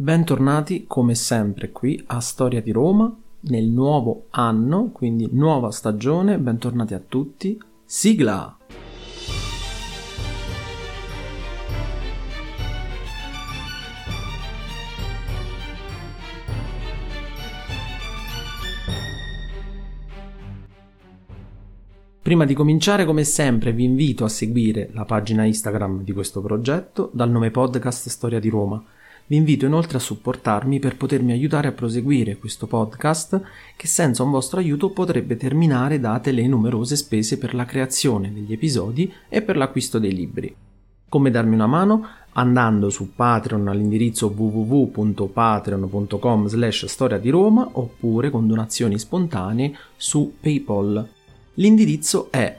Bentornati come sempre qui a Storia di Roma, nel nuovo anno, quindi nuova stagione, bentornati a tutti. Sigla! Prima di cominciare, come sempre, vi invito a seguire la pagina Instagram di questo progetto dal nome podcast Storia di Roma. Vi invito inoltre a supportarmi per potermi aiutare a proseguire questo podcast che senza un vostro aiuto potrebbe terminare date le numerose spese per la creazione degli episodi e per l'acquisto dei libri. Come darmi una mano? Andando su Patreon all'indirizzo www.patreon.com/storia di Roma oppure con donazioni spontanee su PayPal. L'indirizzo è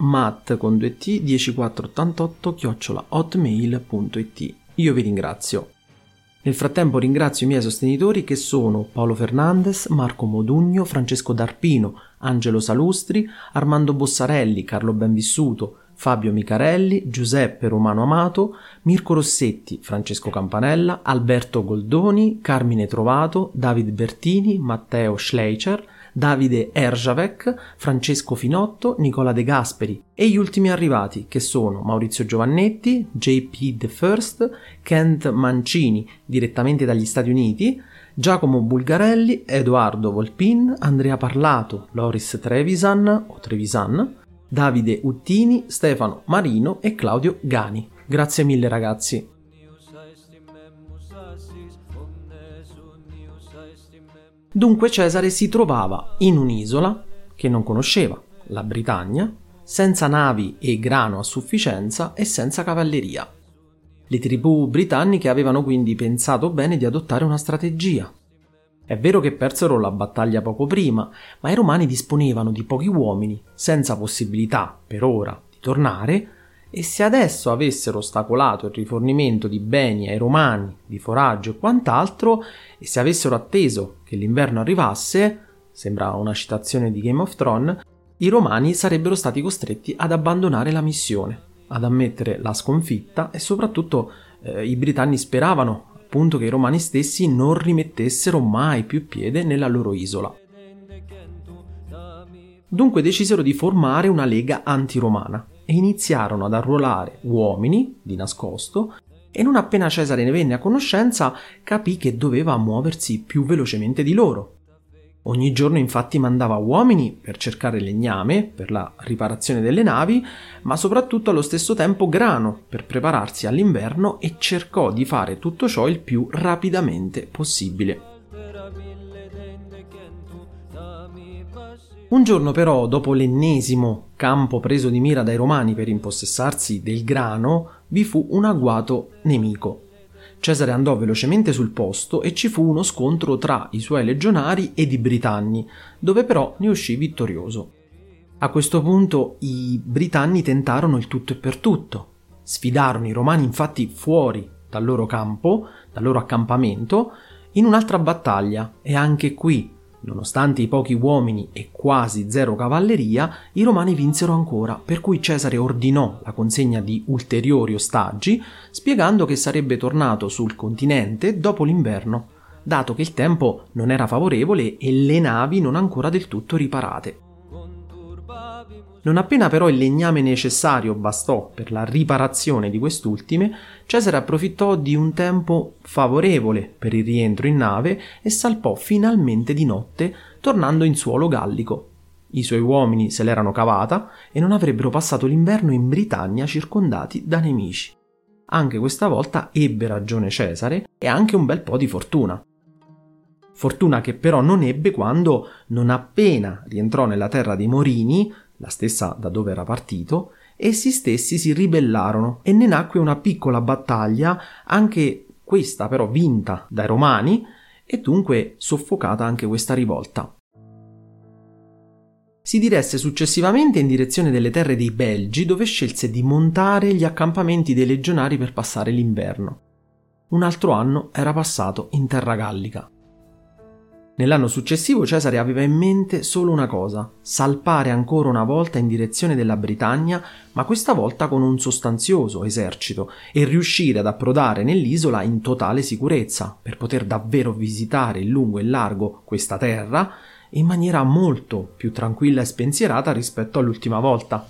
mat10488@hotmail.it. Io vi ringrazio. Nel frattempo ringrazio i miei sostenitori che sono Paolo Fernandez, Marco Modugno, Francesco D'Arpino, Angelo Salustri, Armando Bossarelli, Carlo Benvissuto, Fabio Micarelli, Giuseppe Romano Amato, Mirko Rossetti, Francesco Campanella, Alberto Goldoni, Carmine Trovato, David Bertini, Matteo Schleicher, Davide Erjavec, Francesco Finotto, Nicola De Gasperi e gli ultimi arrivati che sono Maurizio Giovannetti, JP The First, Kent Mancini direttamente dagli Stati Uniti, Giacomo Bulgarelli, Edoardo Volpin, Andrea Parlato, Loris Trevisan o Trevisan, Davide Uttini, Stefano Marino e Claudio Gani. Grazie mille ragazzi. Dunque Cesare si trovava in un'isola che non conosceva, la Britannia, senza navi e grano a sufficienza e senza cavalleria. Le tribù britanniche avevano quindi pensato bene di adottare una strategia. È vero che persero la battaglia poco prima, ma i romani disponevano di pochi uomini, senza possibilità, per ora, di tornare, e se adesso avessero ostacolato il rifornimento di beni ai romani, di foraggio e quant'altro, e se avessero atteso che l'inverno arrivasse, sembra una citazione di Game of Thrones, i romani sarebbero stati costretti ad abbandonare la missione, ad ammettere la sconfitta e soprattutto i britanni speravano appunto che i romani stessi non rimettessero mai più piede nella loro isola. Dunque decisero di formare una lega antiromana e iniziarono ad arruolare uomini di nascosto e non appena Cesare ne venne a conoscenza capì che doveva muoversi più velocemente di loro. Ogni giorno infatti mandava uomini per cercare legname per la riparazione delle navi, ma soprattutto allo stesso tempo grano per prepararsi all'inverno e cercò di fare tutto ciò il più rapidamente possibile. Un giorno però, dopo l'ennesimo campo preso di mira dai romani per impossessarsi del grano, vi fu un agguato nemico. Cesare andò velocemente sul posto e ci fu uno scontro tra i suoi legionari ed i britanni, dove però ne uscì vittorioso. A questo punto i britanni tentarono il tutto e per tutto. Sfidarono i romani infatti fuori dal loro campo, dal loro accampamento, in un'altra battaglia e anche qui, nonostante i pochi uomini e quasi zero cavalleria, i romani vinsero ancora, per cui Cesare ordinò la consegna di ulteriori ostaggi, spiegando che sarebbe tornato sul continente dopo l'inverno, dato che il tempo non era favorevole e le navi non ancora del tutto riparate. Non appena però il legname necessario bastò per la riparazione di quest'ultime, Cesare approfittò di un tempo favorevole per il rientro in nave e salpò finalmente di notte, tornando in suolo gallico. I suoi uomini se l'erano cavata e non avrebbero passato l'inverno in Britannia circondati da nemici. Anche questa volta ebbe ragione Cesare e anche un bel po' di fortuna. Fortuna che però non ebbe quando, non appena rientrò nella terra dei Morini, la stessa da dove era partito, essi stessi si ribellarono e ne nacque una piccola battaglia, anche questa però vinta dai Romani, e dunque soffocata anche questa rivolta. Si diresse successivamente in direzione delle terre dei Belgi, dove scelse di montare gli accampamenti dei legionari per passare l'inverno. Un altro anno era passato in terra gallica. Nell'anno successivo Cesare aveva in mente solo una cosa: salpare ancora una volta in direzione della Britannia, ma questa volta con un sostanzioso esercito, e riuscire ad approdare nell'isola in totale sicurezza, per poter davvero visitare in lungo e largo questa terra in maniera molto più tranquilla e spensierata rispetto all'ultima volta.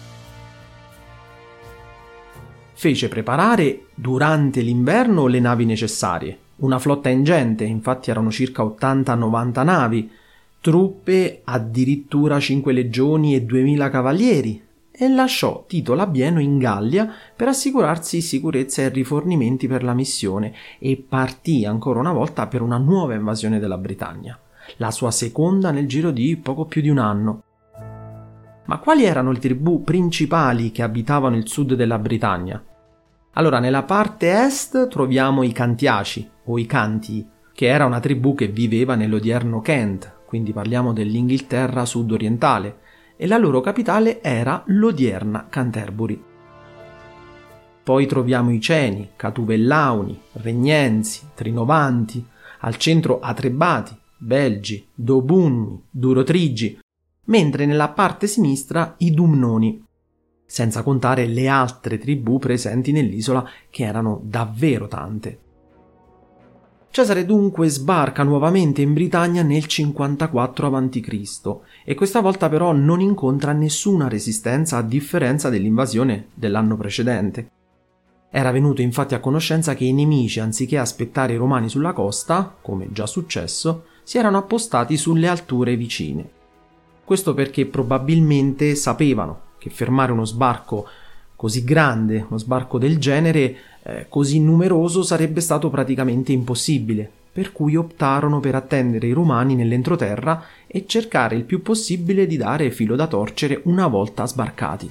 Fece preparare durante l'inverno le navi necessarie, una flotta ingente, infatti erano circa 80-90 navi, truppe addirittura 5 legioni e 2000 cavalieri, e lasciò Tito Labieno in Gallia per assicurarsi sicurezza e rifornimenti per la missione, e partì ancora una volta per una nuova invasione della Britannia, la sua seconda nel giro di poco più di un anno. Ma quali erano le tribù principali che abitavano il sud della Britannia? Allora, nella parte est troviamo i Cantiaci, o i Cantii, che era una tribù che viveva nell'odierno Kent, quindi parliamo dell'Inghilterra sud-orientale, e la loro capitale era l'odierna Canterbury. Poi troviamo i Ceni, Catuvellauni, Regnensi, Trinovanti, al centro Atrebati, Belgi, Dobunni, Durotrigi, mentre nella parte sinistra i Dumnoni, senza contare le altre tribù presenti nell'isola, che erano davvero tante. Cesare dunque sbarca nuovamente in Britannia nel 54 a.C. e questa volta però non incontra nessuna resistenza, a differenza dell'invasione dell'anno precedente. Era venuto infatti a conoscenza che i nemici, anziché aspettare i romani sulla costa, come già successo, si erano appostati sulle alture vicine. Questo perché probabilmente sapevano che fermare uno sbarco così grande, uno sbarco del genere, così numeroso, sarebbe stato praticamente impossibile, per cui optarono per attendere i romani nell'entroterra e cercare il più possibile di dare filo da torcere una volta sbarcati.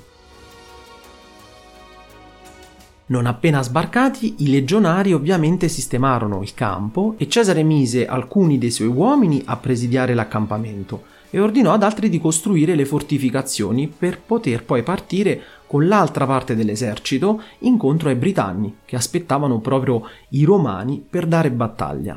Non appena sbarcati, i legionari ovviamente sistemarono il campo e Cesare mise alcuni dei suoi uomini a presidiare l'accampamento e ordinò ad altri di costruire le fortificazioni per poter poi partire con l'altra parte dell'esercito incontro ai Britanni, che aspettavano proprio i Romani per dare battaglia.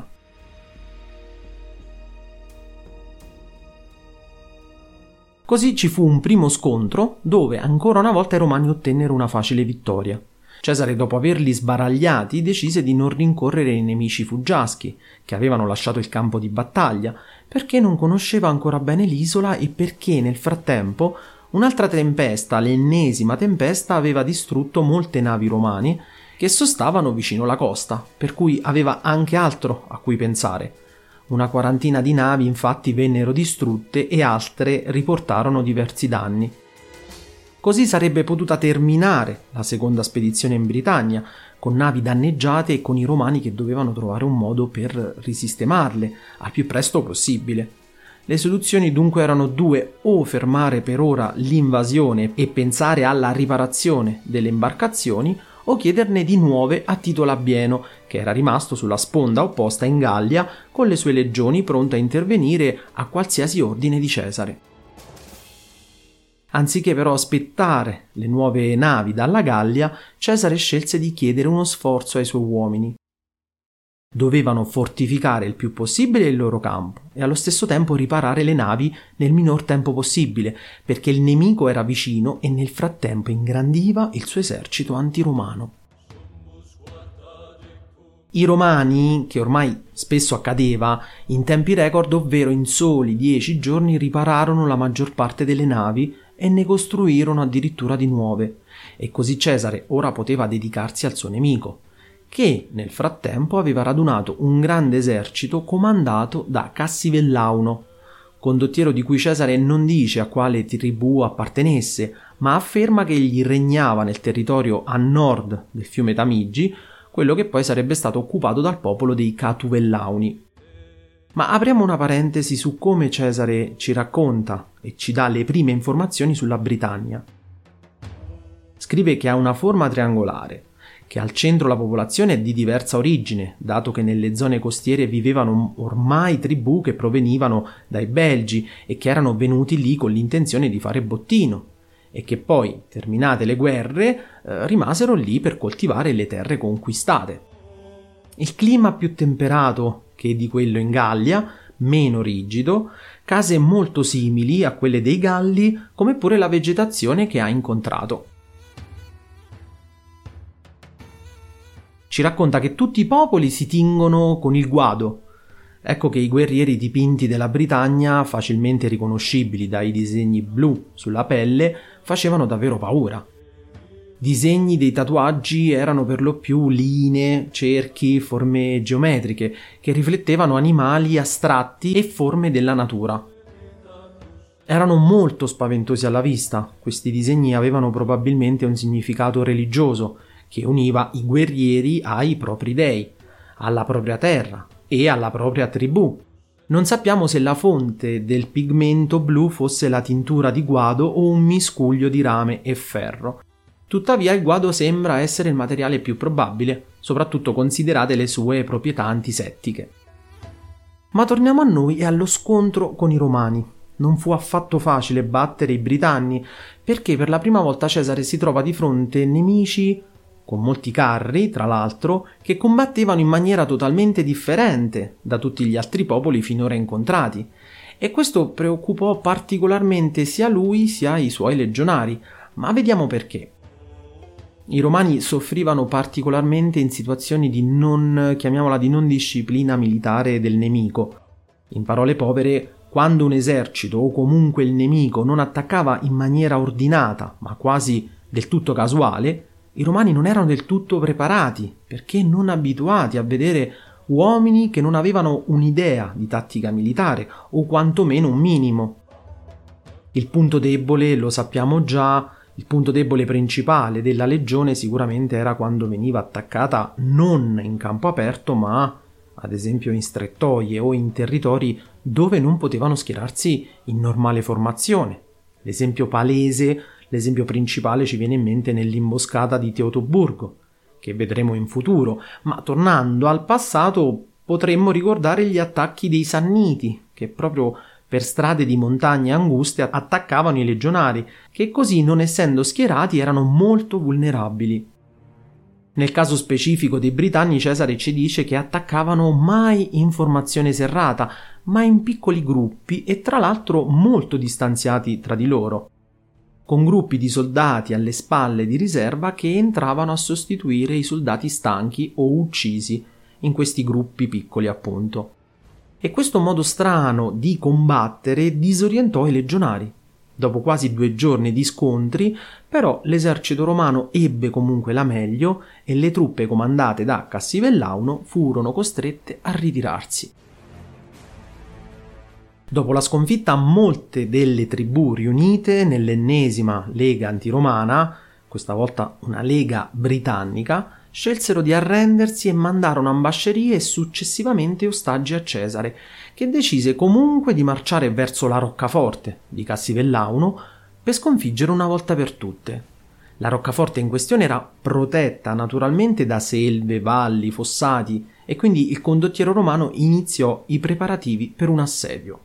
Così ci fu un primo scontro dove ancora una volta i Romani ottennero una facile vittoria. Cesare, dopo averli sbaragliati, decise di non rincorrere i nemici fuggiaschi, che avevano lasciato il campo di battaglia, perché non conosceva ancora bene l'isola e perché nel frattempo un'altra tempesta, l'ennesima tempesta, aveva distrutto molte navi romane che sostavano vicino alla costa, per cui aveva anche altro a cui pensare. Una quarantina di navi infatti vennero distrutte e altre riportarono diversi danni. Così sarebbe potuta terminare la seconda spedizione in Britannia, con navi danneggiate e con i romani che dovevano trovare un modo per risistemarle al più presto possibile. Le soluzioni dunque erano due: o fermare per ora l'invasione e pensare alla riparazione delle imbarcazioni, o chiederne di nuove a Tito Labieno, che era rimasto sulla sponda opposta in Gallia con le sue legioni pronte a intervenire a qualsiasi ordine di Cesare. Anziché però aspettare le nuove navi dalla Gallia, Cesare scelse di chiedere uno sforzo ai suoi uomini. Dovevano fortificare il più possibile il loro campo e allo stesso tempo riparare le navi nel minor tempo possibile, perché il nemico era vicino e nel frattempo ingrandiva il suo esercito antiromano. I romani, che ormai spesso accadeva, in tempi record, ovvero in soli 10 giorni, ripararono la maggior parte delle navi e ne costruirono addirittura di nuove, e così Cesare ora poteva dedicarsi al suo nemico, che nel frattempo aveva radunato un grande esercito comandato da Cassivellauno, condottiero di cui Cesare non dice a quale tribù appartenesse, ma afferma che egli regnava nel territorio a nord del fiume Tamigi, quello che poi sarebbe stato occupato dal popolo dei Catuvellauni. Ma apriamo una parentesi su come Cesare ci racconta e ci dà le prime informazioni sulla Britannia. Scrive che ha una forma triangolare, che al centro la popolazione è di diversa origine, dato che nelle zone costiere vivevano ormai tribù che provenivano dai Belgi e che erano venuti lì con l'intenzione di fare bottino, e che poi, terminate le guerre, rimasero lì per coltivare le terre conquistate. Il clima più temperato che di quello in Gallia, meno rigido, case molto simili a quelle dei Galli, come pure la vegetazione che ha incontrato. Ci racconta che tutti i popoli si tingono con il guado. Ecco che i guerrieri dipinti della Britannia, facilmente riconoscibili dai disegni blu sulla pelle, facevano davvero paura. Disegni dei tatuaggi erano per lo più linee, cerchi, forme geometriche che riflettevano animali astratti e forme della natura. Erano molto spaventosi alla vista. Questi disegni avevano probabilmente un significato religioso che univa i guerrieri ai propri dei, alla propria terra e alla propria tribù. Non sappiamo se la fonte del pigmento blu fosse la tintura di guado o un miscuglio di rame e ferro. Tuttavia il guado sembra essere il materiale più probabile, soprattutto considerate le sue proprietà antisettiche. Ma torniamo a noi e allo scontro con i Romani. Non fu affatto facile battere i Britanni, perché per la prima volta Cesare si trova di fronte nemici con molti carri, tra l'altro, che combattevano in maniera totalmente differente da tutti gli altri popoli finora incontrati. E questo preoccupò particolarmente sia lui sia i suoi legionari, ma vediamo perché. I Romani soffrivano particolarmente in situazioni di non disciplina militare del nemico. In parole povere, quando un esercito o comunque il nemico non attaccava in maniera ordinata, ma quasi del tutto casuale, i Romani non erano del tutto preparati, perché non abituati a vedere uomini che non avevano un'idea di tattica militare, o quantomeno un minimo. Il punto debole, lo sappiamo già, il punto debole principale della legione sicuramente era quando veniva attaccata non in campo aperto, ma ad esempio in strettoie o in territori dove non potevano schierarsi in normale formazione. L'esempio palese, l'esempio principale ci viene in mente nell'imboscata di Teutoburgo, che vedremo in futuro, ma tornando al passato potremmo ricordare gli attacchi dei Sanniti, che proprio per strade di montagne anguste attaccavano i legionari, che così, non essendo schierati, erano molto vulnerabili. Nel caso specifico dei Britanni, Cesare ci dice che attaccavano mai in formazione serrata, ma in piccoli gruppi e tra l'altro molto distanziati tra di loro, con gruppi di soldati alle spalle di riserva che entravano a sostituire i soldati stanchi o uccisi in questi gruppi piccoli, appunto. E questo modo strano di combattere disorientò i legionari. Dopo quasi 2 giorni di scontri, però, l'esercito romano ebbe comunque la meglio e le truppe comandate da Cassivellauno furono costrette a ritirarsi. Dopo la sconfitta, molte delle tribù riunite nell'ennesima lega antiromana, questa volta una lega britannica, scelsero di arrendersi e mandarono ambascerie e successivamente ostaggi a Cesare, che decise comunque di marciare verso la roccaforte di Cassivellauno per sconfiggere una volta per tutte. La roccaforte in questione era protetta naturalmente da selve, valli, fossati e quindi il condottiero romano iniziò i preparativi per un assedio.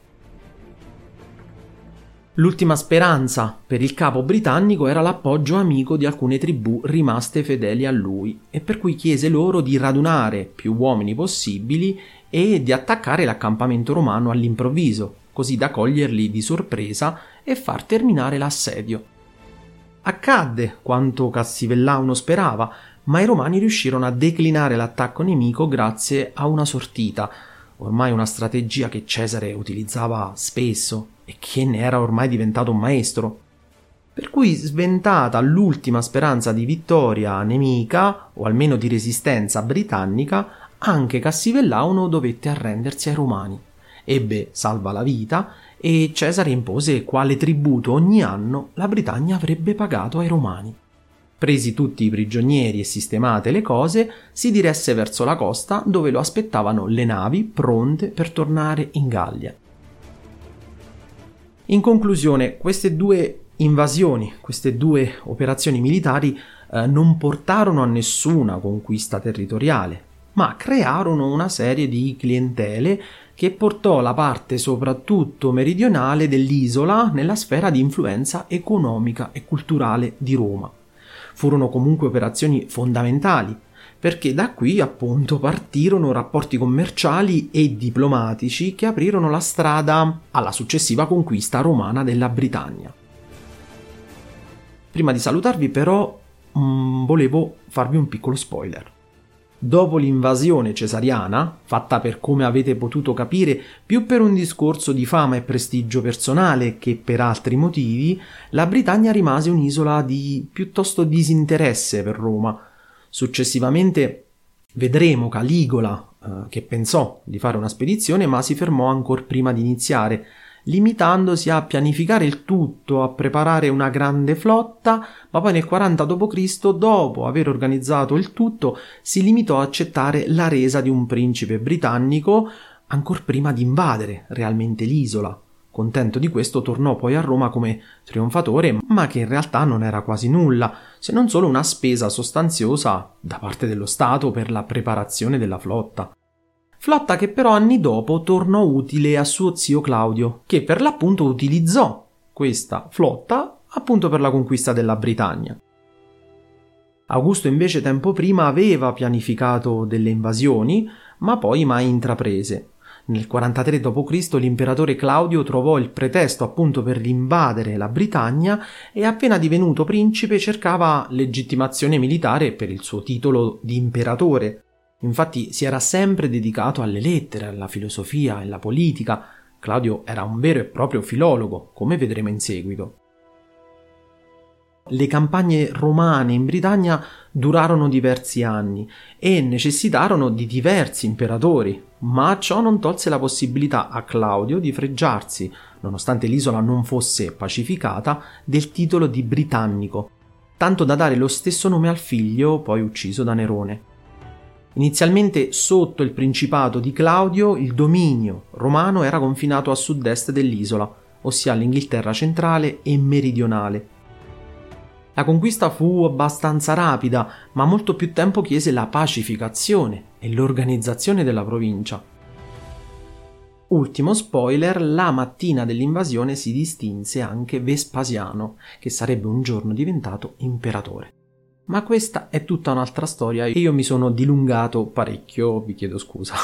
L'ultima speranza per il capo britannico era l'appoggio amico di alcune tribù rimaste fedeli a lui e per cui chiese loro di radunare più uomini possibili e di attaccare l'accampamento romano all'improvviso, così da coglierli di sorpresa e far terminare l'assedio. Accadde quanto Cassivellauno sperava, ma i romani riuscirono a declinare l'attacco nemico grazie a una sortita, ormai una strategia che Cesare utilizzava spesso e che ne era ormai diventato un maestro. Per cui, sventata l'ultima speranza di vittoria nemica, o almeno di resistenza britannica, anche Cassivellauno dovette arrendersi ai Romani. Ebbe salva la vita e Cesare impose quale tributo ogni anno la Britannia avrebbe pagato ai Romani. Presi tutti i prigionieri e sistemate le cose, si diresse verso la costa dove lo aspettavano le navi pronte per tornare in Gallia. In conclusione, queste 2 invasioni, queste 2 operazioni militari non portarono a nessuna conquista territoriale, ma crearono una serie di clientele che portò la parte soprattutto meridionale dell'isola nella sfera di influenza economica e culturale di Roma. Furono comunque operazioni fondamentali, perché da qui appunto partirono rapporti commerciali e diplomatici che aprirono la strada alla successiva conquista romana della Britannia. Prima di salutarvi però volevo farvi un piccolo spoiler. Dopo l'invasione cesariana, fatta per come avete potuto capire più per un discorso di fama e prestigio personale che per altri motivi, la Britannia rimase un'isola di piuttosto disinteresse per Roma. Successivamente vedremo Caligola che pensò di fare una spedizione ma si fermò ancor prima di iniziare, limitandosi a pianificare il tutto, a preparare una grande flotta, ma poi nel 40 d.C., dopo aver organizzato il tutto, si limitò a accettare la resa di un principe britannico ancor prima di invadere realmente l'isola. Contento di questo, tornò poi a Roma come trionfatore, ma che in realtà non era quasi nulla, se non solo una spesa sostanziosa da parte dello Stato per la preparazione della flotta. Flotta che però anni dopo tornò utile a suo zio Claudio, che per l'appunto utilizzò questa flotta appunto per la conquista della Britannia. Augusto invece tempo prima aveva pianificato delle invasioni, ma poi mai intraprese. Nel 43 d.C. l'imperatore Claudio trovò il pretesto appunto per invadere la Britannia e appena divenuto principe cercava legittimazione militare per il suo titolo di imperatore. Infatti si era sempre dedicato alle lettere, alla filosofia e alla politica. Claudio era un vero e proprio filologo, come vedremo in seguito. Le campagne romane in Britannia durarono diversi anni e necessitarono di diversi imperatori, ma ciò non tolse la possibilità a Claudio di fregiarsi, nonostante l'isola non fosse pacificata, del titolo di britannico, tanto da dare lo stesso nome al figlio poi ucciso da Nerone. Inizialmente sotto il principato di Claudio il dominio romano era confinato a sud-est dell'isola, ossia all'Inghilterra centrale e meridionale. La conquista fu abbastanza rapida, ma molto più tempo chiese la pacificazione e l'organizzazione della provincia. Ultimo spoiler, la mattina dell'invasione si distinse anche Vespasiano, che sarebbe un giorno diventato imperatore. Ma questa è tutta un'altra storia e io mi sono dilungato parecchio, vi chiedo scusa.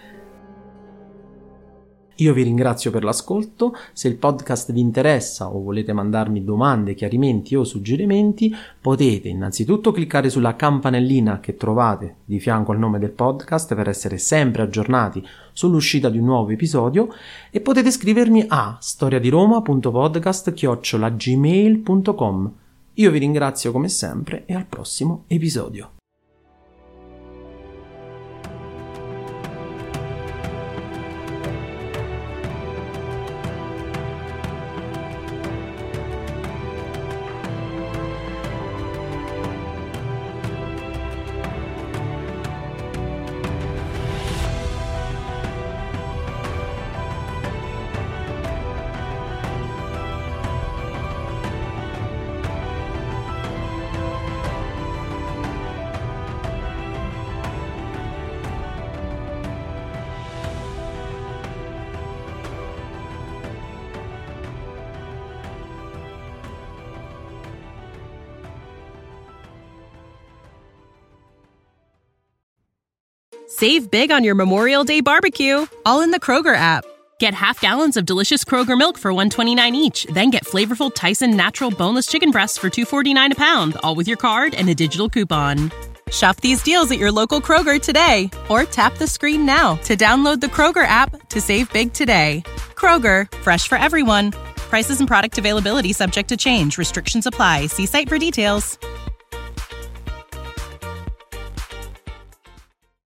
Io vi ringrazio per l'ascolto, se il podcast vi interessa o volete mandarmi domande, chiarimenti o suggerimenti, potete innanzitutto cliccare sulla campanellina che trovate di fianco al nome del podcast per essere sempre aggiornati sull'uscita di un nuovo episodio e potete scrivermi a storiadiroma.podcast@gmail.com. Io vi ringrazio come sempre e al prossimo episodio. Save big on your Memorial Day barbecue, all in the Kroger app. Get half gallons of delicious Kroger milk for $1.29 each. Then get flavorful Tyson natural boneless chicken breasts for $2.49 a pound, all with your card and a digital coupon. Shop these deals at your local Kroger today, or tap the screen now to download the Kroger app to save big today. Kroger, fresh for everyone. Prices and product availability subject to change. Restrictions apply. See site for details.